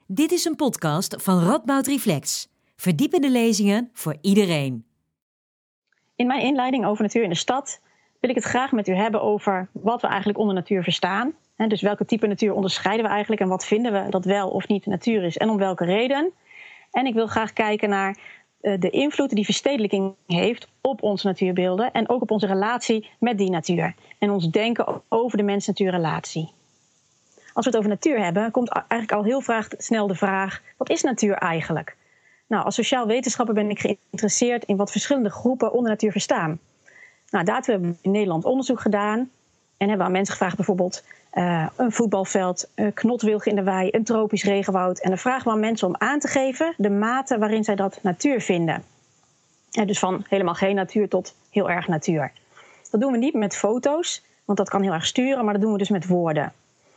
Dit is een podcast van Radboud Reflex. Verdiepende lezingen voor iedereen. In mijn inleiding over natuur in de stad wil ik het graag met u hebben over wat we eigenlijk onder natuur verstaan. Dus welke type natuur onderscheiden we eigenlijk en wat vinden we dat wel of niet natuur is en om welke reden. En ik wil graag kijken naar de invloed die verstedelijking heeft op onze natuurbeelden en ook op onze relatie met die natuur. En ons denken over de mens-natuurrelatie. Als we het over natuur hebben, komt eigenlijk al heel snel de vraag: wat is natuur eigenlijk? Nou, als sociaal wetenschapper ben ik geïnteresseerd in wat verschillende groepen onder natuur verstaan. Nou, daartoe hebben we in Nederland onderzoek gedaan en hebben we aan mensen gevraagd bijvoorbeeld een voetbalveld, knotwilgen in de wei, een tropisch regenwoud. En dan vragen we aan mensen om aan te geven de mate waarin zij dat natuur vinden. Dus van helemaal geen natuur tot heel erg natuur. Dat doen we niet met foto's, want dat kan heel erg sturen, maar dat doen we dus met woorden.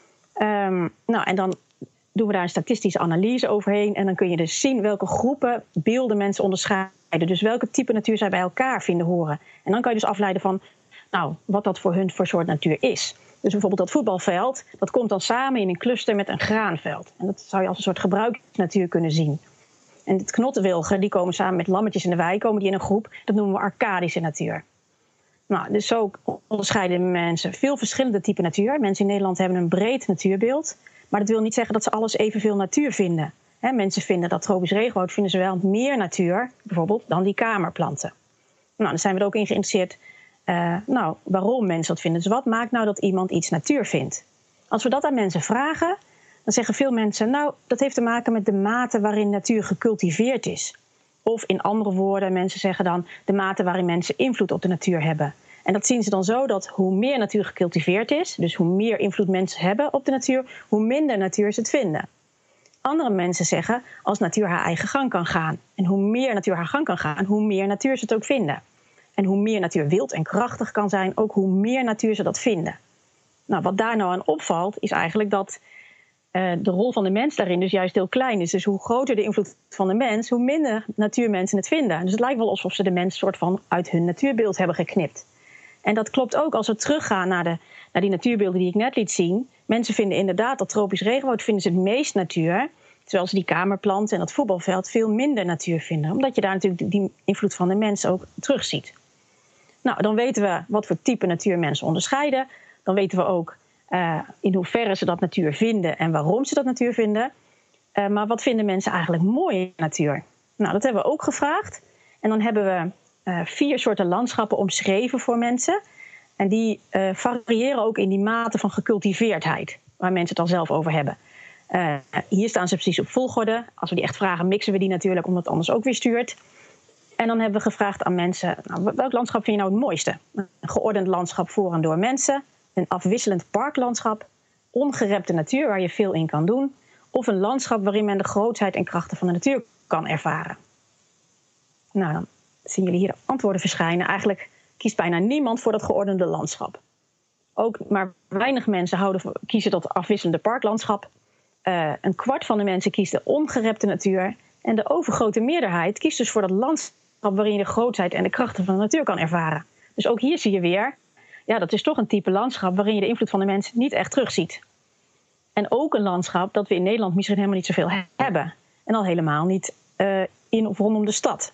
En dan doen we daar een statistische analyse overheen. En dan kun je dus zien welke groepen beelden mensen onderscheiden. Dus welke type natuur zij bij elkaar vinden horen. En dan kan je dus afleiden van wat dat voor hun voor soort natuur is. Dus bijvoorbeeld dat voetbalveld, dat komt dan samen in een cluster met een graanveld. En dat zou je als een soort gebruiksnatuur kunnen zien. En het knotwilgen, die komen samen met lammetjes in de wei, komen die in een groep. Dat noemen we arcadische natuur. Nou, dus zo onderscheiden mensen veel verschillende typen natuur. Mensen in Nederland hebben een breed natuurbeeld. Maar dat wil niet zeggen dat ze alles evenveel natuur vinden. Mensen vinden dat tropisch regenwoud vinden ze wel meer natuur, bijvoorbeeld, dan die kamerplanten. Nou, dan zijn we er ook in geïnteresseerd waarom mensen dat vinden. Dus wat maakt nou dat iemand iets natuur vindt? Als we dat aan mensen vragen, dan zeggen veel mensen: dat heeft te maken met de mate waarin natuur gecultiveerd is. Of in andere woorden, mensen zeggen dan de mate waarin mensen invloed op de natuur hebben. En dat zien ze dan zo dat hoe meer natuur gecultiveerd is, dus hoe meer invloed mensen hebben op de natuur, hoe minder natuur ze het vinden. Andere mensen zeggen als natuur haar eigen gang kan gaan. En hoe meer natuur haar gang kan gaan, hoe meer natuur ze het ook vinden. En hoe meer natuur wild en krachtig kan zijn, ook hoe meer natuur ze dat vinden. Nou, wat daar nou aan opvalt, is eigenlijk dat de rol van de mens daarin dus juist heel klein is. Dus hoe groter de invloed van de mens, hoe minder natuurmensen het vinden. Dus het lijkt wel alsof ze de mens soort van uit hun natuurbeeld hebben geknipt. En dat klopt ook als we teruggaan naar die natuurbeelden die ik net liet zien. Mensen vinden inderdaad dat tropisch regenwoud vinden ze het meest natuur. Terwijl ze die kamerplanten en dat voetbalveld veel minder natuur vinden. Omdat je daar natuurlijk die invloed van de mens ook terugziet. Nou, dan weten we wat voor type natuur mensen onderscheiden. Dan weten we ook in hoeverre ze dat natuur vinden en waarom ze dat natuur vinden. Maar wat vinden mensen eigenlijk mooi in natuur? Nou, dat hebben we ook gevraagd. En dan hebben we 4 soorten landschappen omschreven voor mensen. En die variëren ook in die mate van gecultiveerdheid, waar mensen het al zelf over hebben. Hier staan ze precies op volgorde. Als we die echt vragen, mixen we die natuurlijk, omdat het anders ook weer stuurt. En dan hebben we gevraagd aan mensen: welk landschap vind je nou het mooiste? Een geordend landschap voor en door mensen, een afwisselend parklandschap, ongerepte natuur waar je veel in kan doen, of een landschap waarin men de grootheid en krachten van de natuur kan ervaren. Nou, dan zien jullie hier de antwoorden verschijnen. Eigenlijk kiest bijna niemand voor dat geordende landschap. Ook maar weinig mensen kiezen dat afwisselende parklandschap. Een kwart van de mensen kiest de ongerepte natuur. En de overgrote meerderheid kiest dus voor dat landschap waarin je de grootheid en de krachten van de natuur kan ervaren. Dus ook hier zie je weer, dat is toch een type landschap waarin je de invloed van de mens niet echt terugziet. En ook een landschap dat we in Nederland misschien helemaal niet zoveel hebben. En al helemaal niet in of rondom de stad.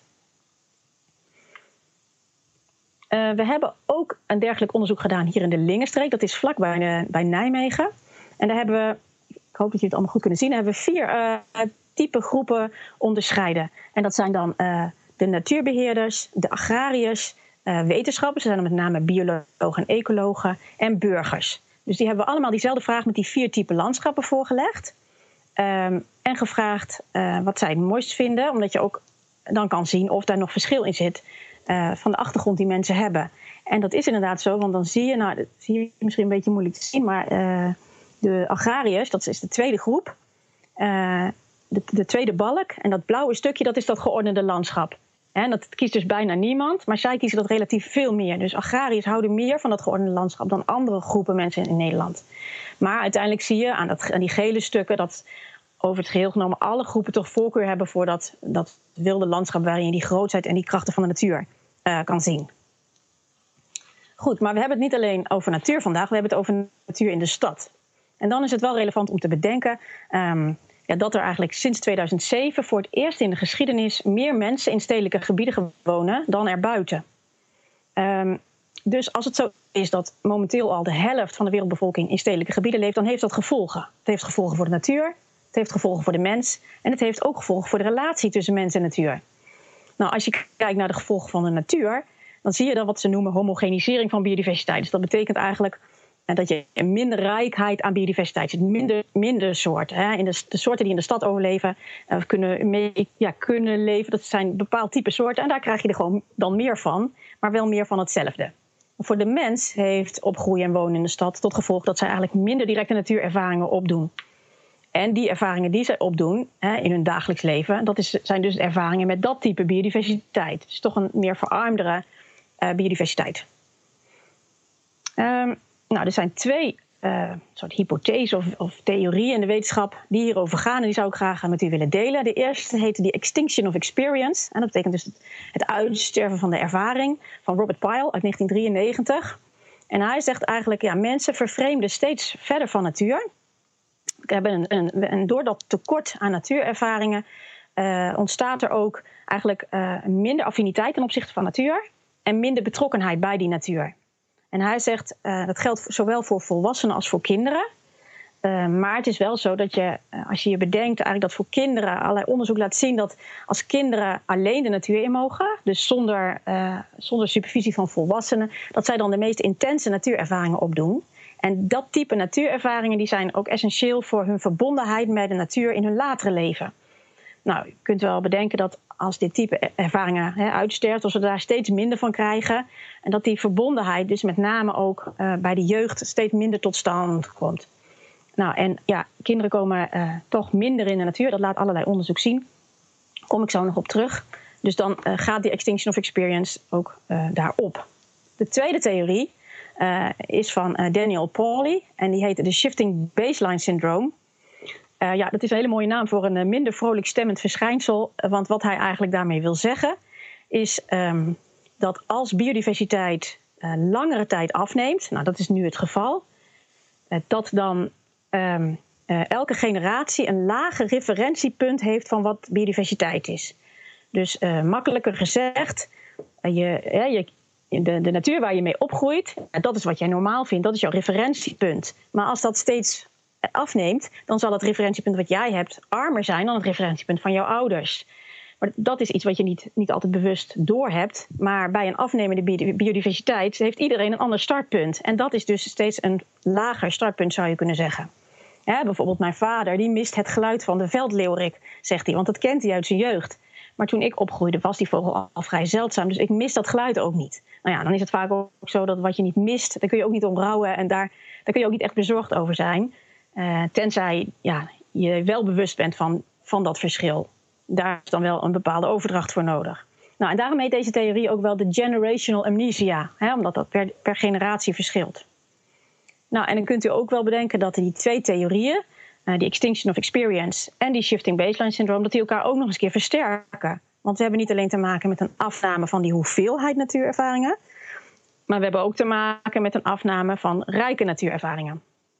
We hebben ook een dergelijk onderzoek gedaan hier in de Lingenstreek. Dat is vlakbij bij Nijmegen. En daar hebben we, ik hoop dat jullie het allemaal goed kunnen zien, hebben we 4 type groepen onderscheiden. En dat zijn dan de natuurbeheerders, de agrariërs, wetenschappers, dat zijn dan met name biologen en ecologen, en burgers. Dus die hebben we allemaal diezelfde vraag met die 4 type landschappen voorgelegd. En gevraagd wat zij het mooist vinden, omdat je ook dan kan zien of daar nog verschil in zit van de achtergrond die mensen hebben. En dat is inderdaad zo, want dan zie je, dat zie je misschien een beetje moeilijk te zien, maar de agrariërs, dat is de tweede groep, de tweede balk, en dat blauwe stukje, dat is dat geordende landschap. En dat kiest dus bijna niemand, maar zij kiezen dat relatief veel meer. Dus agrariërs houden meer van dat geordende landschap dan andere groepen mensen in Nederland. Maar uiteindelijk zie je aan die gele stukken dat over het geheel genomen alle groepen toch voorkeur hebben voor dat wilde landschap waarin je die grootheid en die krachten van de natuur kan zien. Goed, maar we hebben het niet alleen over natuur vandaag, we hebben het over natuur in de stad. En dan is het wel relevant om te bedenken, dat er eigenlijk sinds 2007 voor het eerst in de geschiedenis meer mensen in stedelijke gebieden wonen dan erbuiten. Dus als het zo is dat momenteel al de helft van de wereldbevolking in stedelijke gebieden leeft, dan heeft dat gevolgen. Het heeft gevolgen voor de natuur, het heeft gevolgen voor de mens en het heeft ook gevolgen voor de relatie tussen mens en natuur. Nou, als je kijkt naar de gevolgen van de natuur, dan zie je dat wat ze noemen homogenisering van biodiversiteit. Dus dat betekent eigenlijk dat je minder rijkheid aan biodiversiteit zit, minder soorten. Hè. De soorten die in de stad overleven, kunnen leven, dat zijn een bepaald type soorten. En daar krijg je er gewoon dan meer van, maar wel meer van hetzelfde. Voor de mens heeft opgroeien en wonen in de stad tot gevolg dat zij eigenlijk minder directe natuurervaringen opdoen. En die ervaringen die zij opdoen in hun dagelijks leven, zijn dus ervaringen met dat type biodiversiteit. Dus toch een meer verarmdere biodiversiteit. Er zijn twee soort hypothesen of theorieën in de wetenschap die hierover gaan. En die zou ik graag met u willen delen. De eerste heet de Extinction of Experience. En dat betekent dus het uitsterven van de ervaring van Robert Pyle uit 1993. En hij zegt eigenlijk, mensen vervreemden steeds verder van natuur. Door dat tekort aan natuurervaringen ontstaat er ook eigenlijk minder affiniteit ten opzichte van natuur en minder betrokkenheid bij die natuur. En hij zegt, dat geldt zowel voor volwassenen als voor kinderen. Maar het is wel zo dat als je bedenkt eigenlijk dat voor kinderen allerlei onderzoek laat zien dat als kinderen alleen de natuur in mogen, dus zonder supervisie van volwassenen, dat zij dan de meest intense natuurervaringen opdoen. En dat type natuurervaringen die zijn ook essentieel voor hun verbondenheid met de natuur in hun latere leven. Nou, je kunt wel bedenken dat als dit type ervaringen uitsterft, als we daar steeds minder van krijgen, en dat die verbondenheid dus met name ook bij de jeugd steeds minder tot stand komt. Nou, en kinderen komen toch minder in de natuur, dat laat allerlei onderzoek zien. Daar kom ik zo nog op terug. Dus dan gaat die Extinction of Experience ook daarop. De tweede theorie is van Daniel Pauly en die heet de Shifting Baseline Syndrome. Dat is een hele mooie naam voor een minder vrolijk stemmend verschijnsel. Want wat hij eigenlijk daarmee wil zeggen is dat als biodiversiteit langere tijd afneemt, nou dat is nu het geval, dat dan elke generatie een lager referentiepunt heeft van wat biodiversiteit is. Dus makkelijker gezegd, de natuur waar je mee opgroeit, dat is wat jij normaal vindt, dat is jouw referentiepunt. Maar als dat steeds afneemt, dan zal het referentiepunt wat jij hebt armer zijn dan het referentiepunt van jouw ouders. Maar dat is iets wat je niet altijd bewust doorhebt. Maar bij een afnemende biodiversiteit heeft iedereen een ander startpunt. En dat is dus steeds een lager startpunt, zou je kunnen zeggen. Bijvoorbeeld mijn vader, die mist het geluid van de veldleeuwerik, zegt hij. Want dat kent hij uit zijn jeugd. Maar toen ik opgroeide was die vogel al vrij zeldzaam. Dus ik mis dat geluid ook niet. Nou ja, dan is het vaak ook zo dat wat je niet mist, daar kun je ook niet om rouwen. En daar kun je ook niet echt bezorgd over zijn. Tenzij je wel bewust bent van dat verschil. Daar is dan wel een bepaalde overdracht voor nodig. Nou, en daarom heet deze theorie ook wel de generational amnesia. Omdat dat per generatie verschilt. Nou, en dan kunt u ook wel bedenken dat die twee theorieën, die Extinction of Experience en die Shifting Baseline Syndrome, dat die elkaar ook nog eens een keer versterken. Want we hebben niet alleen te maken met een afname van die hoeveelheid natuurervaringen, maar we hebben ook te maken met een afname van rijke natuurervaringen.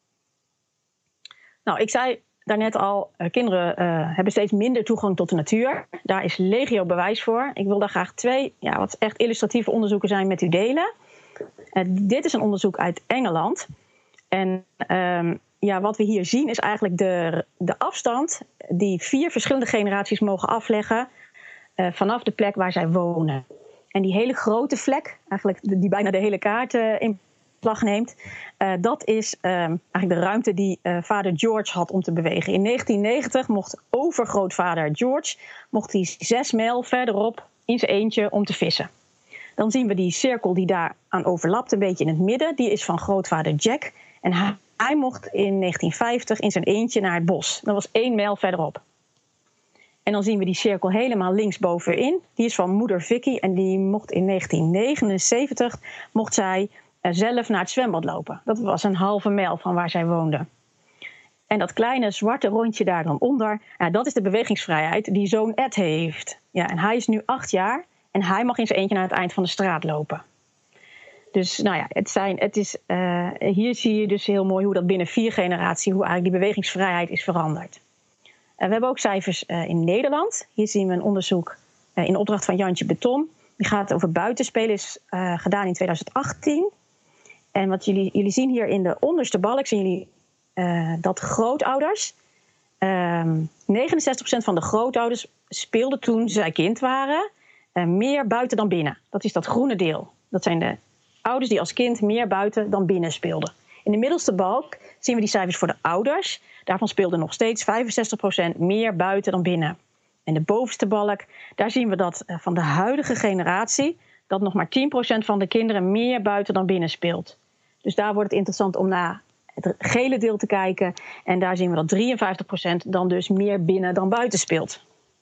Nou, ik zei daarnet al, kinderen hebben steeds minder toegang tot de natuur. Daar is legio bewijs voor. Ik wil daar graag twee, wat echt illustratieve onderzoeken zijn, met u delen. Dit is een onderzoek uit Engeland. En wat we hier zien is eigenlijk de afstand die 4 verschillende generaties mogen afleggen vanaf de plek waar zij wonen. En die hele grote vlek, eigenlijk die bijna de hele kaart in beslag neemt, dat is eigenlijk de ruimte die vader George had om te bewegen. In 1990 mocht overgrootvader George 6 mijl verderop in zijn eentje om te vissen. Dan zien we die cirkel die daar aan overlapt, een beetje in het midden. Die is van grootvader Jack. En hij mocht in 1950 in zijn eentje naar het bos. Dat was 1 mijl verderop. En dan zien we die cirkel helemaal linksbovenin. Die is van moeder Vicky. En die mocht in 1979 zelf naar het zwembad lopen. Dat was een halve mijl van waar zij woonde. En dat kleine zwarte rondje daar dan onder, dat is de bewegingsvrijheid die zoon Ed heeft. Ja, en hij is nu 8 jaar en hij mag in zijn eentje naar het eind van de straat lopen. Dus hier zie je dus heel mooi hoe dat binnen 4 generaties, hoe eigenlijk die bewegingsvrijheid is veranderd. We hebben ook cijfers in Nederland. Hier zien we een onderzoek in opdracht van Jantje Beton. Die gaat over buitenspelen, is gedaan in 2018. En wat jullie zien hier in de onderste balk, zien jullie dat grootouders... 69% van de grootouders speelden toen zij kind waren meer buiten dan binnen. Dat is dat groene deel. Dat zijn de ouders die als kind meer buiten dan binnen speelden. In de middelste balk zien we die cijfers voor de ouders. Daarvan speelden nog steeds 65% meer buiten dan binnen. En de bovenste balk, daar zien we dat van de huidige generatie... dat nog maar 10% van de kinderen meer buiten dan binnen speelt. Dus daar wordt het interessant om naar het gele deel te kijken. En daar zien we dat 53% dan dus meer binnen dan buiten speelt.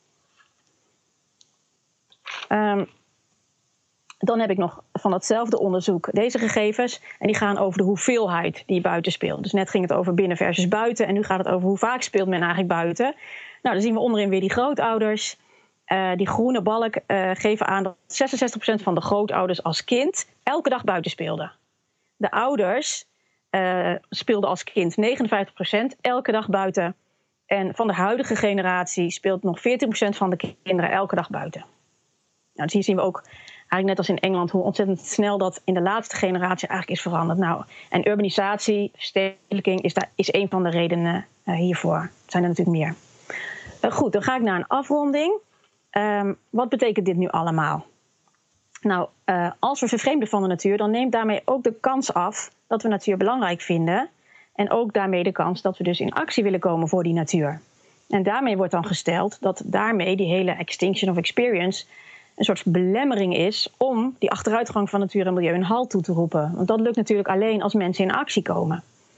Dan heb ik nog van datzelfde onderzoek deze gegevens. En die gaan over de hoeveelheid die buiten speelt. Dus net ging het over binnen versus buiten. En nu gaat het over hoe vaak speelt men eigenlijk buiten. Nou, dan zien we onderin weer die grootouders. Die groene balk geven aan dat 66% van de grootouders als kind elke dag buiten speelden. De ouders speelden als kind 59% elke dag buiten. En van de huidige generatie speelt nog 14% van de kinderen elke dag buiten. Nou, dus hier zien we ook, eigenlijk net als in Engeland, hoe ontzettend snel dat in de laatste generatie eigenlijk is veranderd. Nou, en urbanisatie, verstedelijking, is een van de redenen hiervoor. Er zijn er natuurlijk meer. Goed, dan ga ik naar een afronding. Wat betekent dit nu allemaal? Nou, als we vervreemden van de natuur, dan neemt daarmee ook de kans af dat we natuur belangrijk vinden. En ook daarmee de kans dat we dus in actie willen komen voor die natuur. En daarmee wordt dan gesteld dat daarmee die hele extinction of experience een soort belemmering is om die achteruitgang van natuur en milieu een halt toe te roepen. Want dat lukt natuurlijk alleen als mensen in actie komen.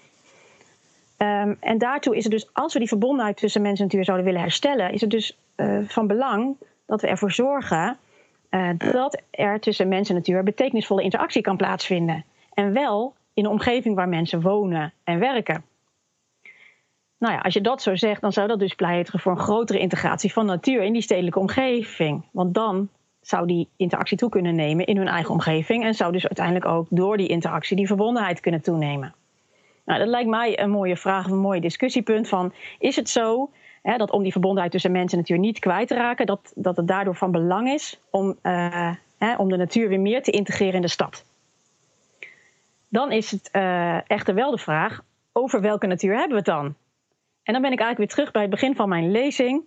En daartoe is het dus, als we die verbondenheid tussen mens en natuur zouden willen herstellen, is het dus van belang dat we ervoor zorgen dat er tussen mens en natuur betekenisvolle interactie kan plaatsvinden. En wel in een omgeving waar mensen wonen en werken. Nou ja, als je dat zo zegt, dan zou dat dus pleiten voor een grotere integratie van natuur in die stedelijke omgeving. Want dan zou die interactie toe kunnen nemen in hun eigen omgeving en zou dus uiteindelijk ook door die interactie die verbondenheid kunnen toenemen. Nou, dat lijkt mij een mooie vraag, een mooi discussiepunt van, is het zo dat om die verbondenheid tussen mens en natuur niet kwijt te raken, dat het daardoor van belang is om de natuur weer meer te integreren in de stad? Dan is het echter wel de vraag, over welke natuur hebben we het dan? En dan ben ik eigenlijk weer terug bij het begin van mijn lezing.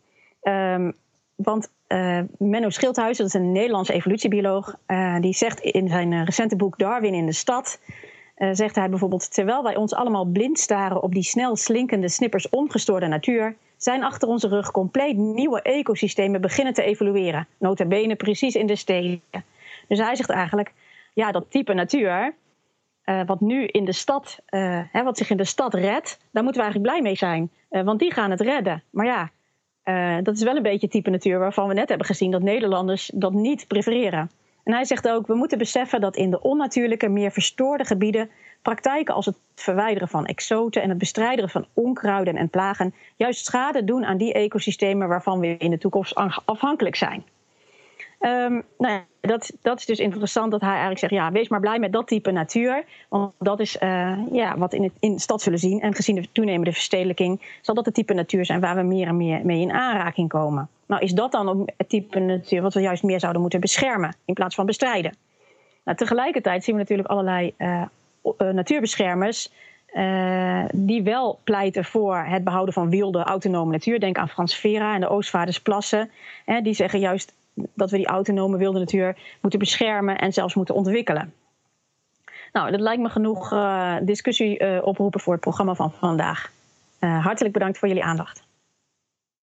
Want Menno Schildhuizen, dat is een Nederlandse evolutiebioloog, die zegt in zijn recente boek Darwin in de stad, zegt hij bijvoorbeeld, terwijl wij ons allemaal blind staren op die snel slinkende snippers ongestoorde natuur, zijn achter onze rug compleet nieuwe ecosystemen beginnen te evolueren. Nota bene precies in de steden. Dus hij zegt eigenlijk, ja, dat type natuur, wat nu in de stad, wat zich in de stad redt, daar moeten we eigenlijk blij mee zijn. Want die gaan het redden. Maar ja, dat is wel een beetje het type natuur waarvan we net hebben gezien dat Nederlanders dat niet prefereren. En hij zegt ook, we moeten beseffen dat in de onnatuurlijke, meer verstoorde gebieden praktijken als het verwijderen van exoten en het bestrijden van onkruiden en plagen juist schade doen aan die ecosystemen waarvan we in de toekomst afhankelijk zijn. Nou ja, dat is dus interessant dat hij eigenlijk zegt, ja, wees maar blij met dat type natuur. Want dat is wat in de stad zullen zien. En gezien de toenemende verstedelijking zal dat het type natuur zijn waar we meer en meer mee in aanraking komen. Nou, is dat dan ook het type natuur wat we juist meer zouden moeten beschermen in plaats van bestrijden? Nou, tegelijkertijd zien we natuurlijk allerlei natuurbeschermers die wel pleiten voor het behouden van wilde autonome natuur. Denk aan Frans Vera en de Oostvaardersplassen. Die zeggen juist dat we die autonome wilde natuur moeten beschermen en zelfs moeten ontwikkelen. Nou, dat lijkt me genoeg discussie oproepen voor het programma van vandaag. Hartelijk bedankt voor jullie aandacht.